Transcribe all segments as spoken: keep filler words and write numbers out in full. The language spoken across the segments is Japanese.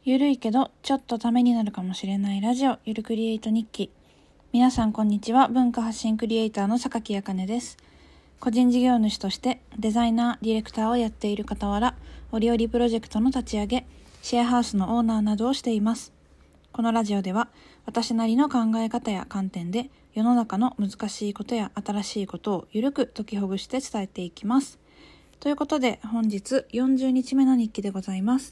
ゆるいけどちょっとためになるかもしれないラジオ、ゆるクリエイト日記。皆さんこんにちは。文化発信クリエイターの榊あかねです。個人事業主としてデザイナー、ディレクターをやっている傍ら、折々プロジェクトの立ち上げ、シェアハウスのオーナーなどをしています。このラジオでは私なりの考え方や観点で世の中の難しいことや新しいことをゆるく解きほぐして伝えていきます。ということで本日よんじゅうにちめの日記でございます。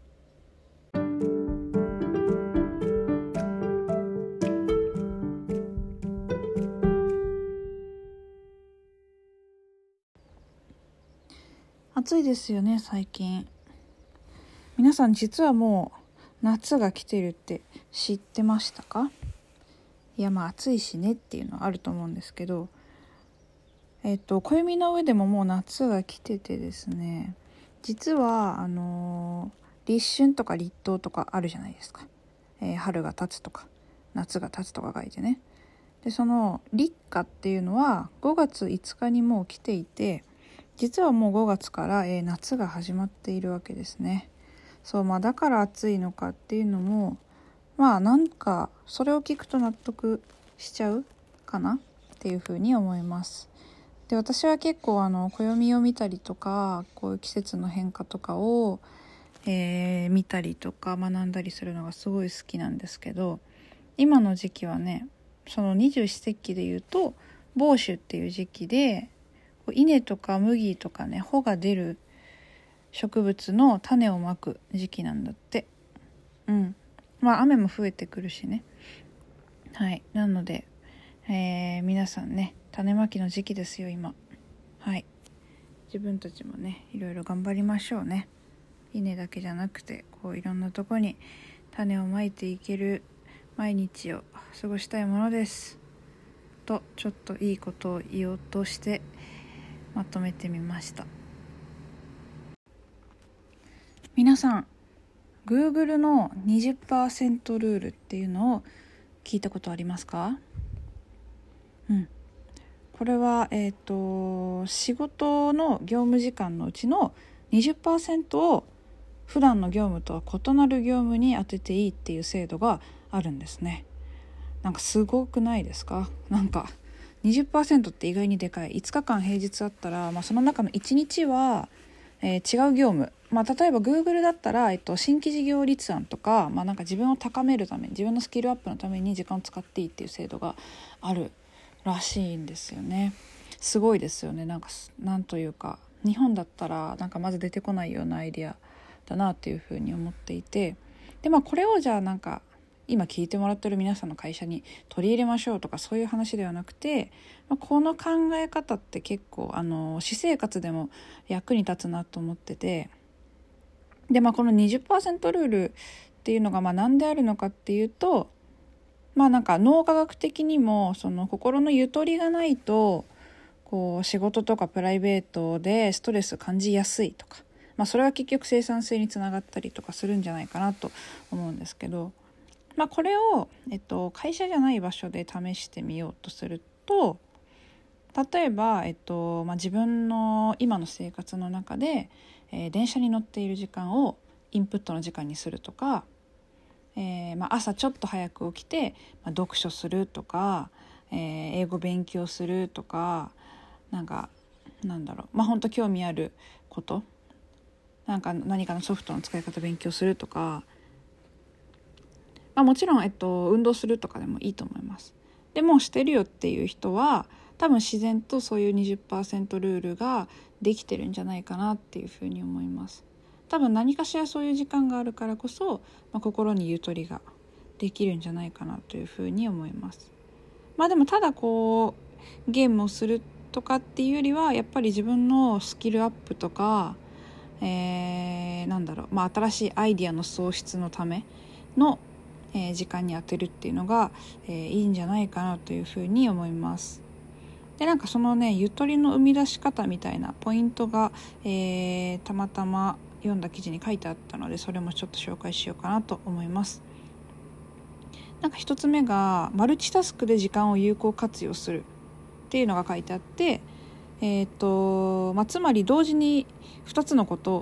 暑いですよね最近。皆さん実はもう夏が来てるって知ってましたか？いやまあ暑いしねっていうのはあると思うんですけど、えっと暦の上でももう夏が来ててですね、実はあのー、立春とか立冬とかあるじゃないですか、えー、春が経つとか夏が経つとか書いてね。でその立夏っていうのはごがついつかにもう来ていて、実はもうごがつから、えー、夏が始まっているわけですね。そう、まあ、だから暑いのかっていうのもまあなんかそれを聞くと納得しちゃうかなっていうふうに思います。で私は結構あの暦を見たりとか、こういう季節の変化とかを、えー見たりとか学んだりするのがすごい好きなんですけど、今の時期はね、その二十四節気でいうと芒種っていう時期で、稲とか麦とかね、穂が出る植物の種をまく時期なんだって。うんまあ雨も増えてくるしね。はいなので、えー、皆さんね、種まきの時期ですよ今。はい自分たちもねいろいろ頑張りましょうね。稲だけじゃなくて、こういろんなとこに種をまいていける毎日を過ごしたいものですと、ちょっといいことを言おうとしてまとめてみました。皆さん Google の にじゅっパーセント ルールっていうのを聞いたことありますか？うんこれは、えーと、仕事の業務時間のうちの にじゅっパーセント を普段の業務とは異なる業務に当てていいっていう制度があるんですね。なんかすごくないですか？なんか にじゅっパーセント って意外にでかい。いつかかん平日あったら、まあ、その中のいちにちは、えー、違う業務、まあ、例えば Google だったら、えっと、新規事業立案とか、まあ、なんか自分を高めるため、自分のスキルアップのために時間を使っていいっていう制度があるらしいんですよね。すごいですよね。なんかなんというか、日本だったらなんかまず出てこないようなアイディアだなっていうふうに思っていて、でまあこれをじゃあなんか今聞いてもらってる皆さんの会社に取り入れましょうとかそういう話ではなくて、まあ、この考え方って結構あの私生活でも役に立つなと思ってて、でまあこの にじゅっパーセント ルールっていうのがまあ何であるのかっていうと、まあなんか脳科学的にもその心のゆとりがないと、こう仕事とかプライベートでストレス感じやすいとか、まあそれは結局生産性につながったりとかするんじゃないかなと思うんですけど、まあこれを、えっと、会社じゃない場所で試してみようとすると、例えば、えっとまあ、自分の今の生活の中で、えー電車に乗っている時間をインプットの時間にするとか、えーまあ、朝ちょっと早く起きて、まあ、読書するとか、えー英語勉強するとか、なんかなんだろうまあ本当興味あること、なんか何かのソフトの使い方勉強するとか、まあ、もちろん、えっと、運動するとかでもいいと思います。でもしてるよっていう人は多分自然とそういう にじゅっパーセント ルールができてるんじゃないかなっていうふうに思います。多分何かしらそういう時間があるからこそ、まあ、心にゆとりができるんじゃないかなというふうに思います。まあでもただこうゲームをするとかっていうよりは、やっぱり自分のスキルアップとか、えー、なんだろう、まあ、新しいアイディアの創出のための、えー、時間に当てるっていうのが、えー、いいんじゃないかなというふうに思います。でなんかそのね、ゆとりの生み出し方みたいなポイントが、えー、たまたま読んだ記事に書いてあったので、それもちょっと紹介しようかなと思います。なんか一つ目がマルチタスクで時間を有効活用するっていうのが書いてあって、えーとまあ、つまり同時にふたつのこと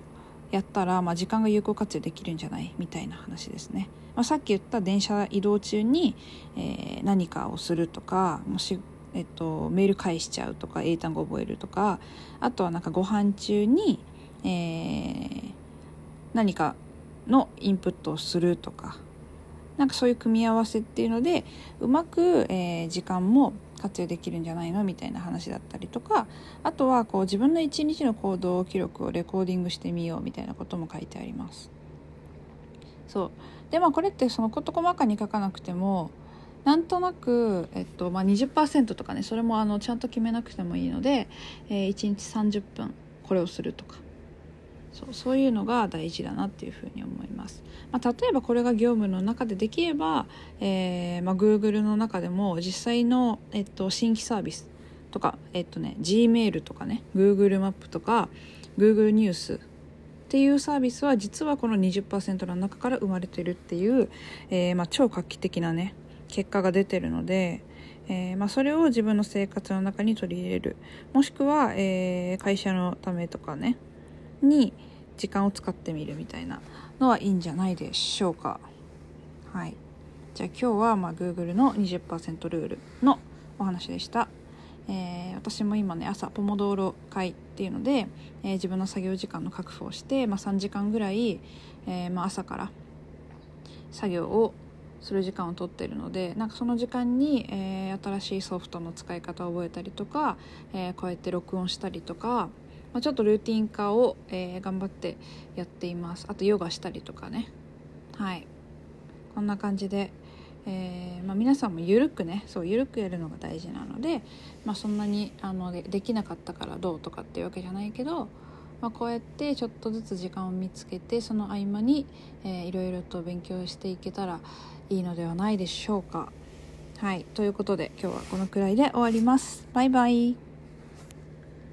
やったら、まあ、時間が有効活用できるんじゃないみたいな話ですね。まあ、さっき言った電車移動中に、えー、何かをするとか、もし、えっと、メール返しちゃうとか、英単語覚えるとか、あとはなんかご飯中に、えー、何かのインプットをするとか、なんかそういう組み合わせっていうのでうまく、えー、時間も活用できるんじゃないのみたいな話だったりとか、あとはこう自分の一日の行動記録をレコーディングしてみようみたいなことも書いてあります。そうで、まあこれってその事細かに書かなくてもなんとなく、えっとまあ、にじゅっパーセント とかね、それもあのちゃんと決めなくてもいいので、えー、いちにちさんじゅっぷんこれをするとか、そうそういうのが大事だなっていうふうに思います。まあ、例えばこれが業務の中でできれば、えーまあ、Google の中でも実際の、えっと、新規サービスとか、えっとね、Gmail とかね Google マップとか Google ニュースっていうサービスは実はこの にじゅっパーセント の中から生まれてるっていう、えーまあ、超画期的なね結果が出てるので、えーまあ、それを自分の生活の中に取り入れる、もしくは、えー、会社のためとかねに時間を使ってみるみたいなのはいいんじゃないでしょうか。はい、じゃあ今日はまあ Google の にじゅっパーセント ルールのお話でした。えー、私も今ね朝ポモドーロ会っていうので、えー、自分の作業時間の確保をして、まあ、さんじかんぐらい、えーまあ、朝から作業をする時間を取っているので、なんかその時間に、えー、新しいソフトの使い方を覚えたりとか、えー、こうやって録音したりとか、まあ、ちょっとルーティン化を、えー、頑張ってやっています。あとヨガしたりとかね。はい、こんな感じで、えーまあ、皆さんもゆるくね、そうゆるくやるのが大事なので、まあ、そんなにあの で, できなかったからどうとかっていうわけじゃないけど、まあ、こうやってちょっとずつ時間を見つけて、その合間に、えー、いろいろと勉強していけたらいいのではないでしょうか。はい、ということで今日はこのくらいで終わります。バイバイ。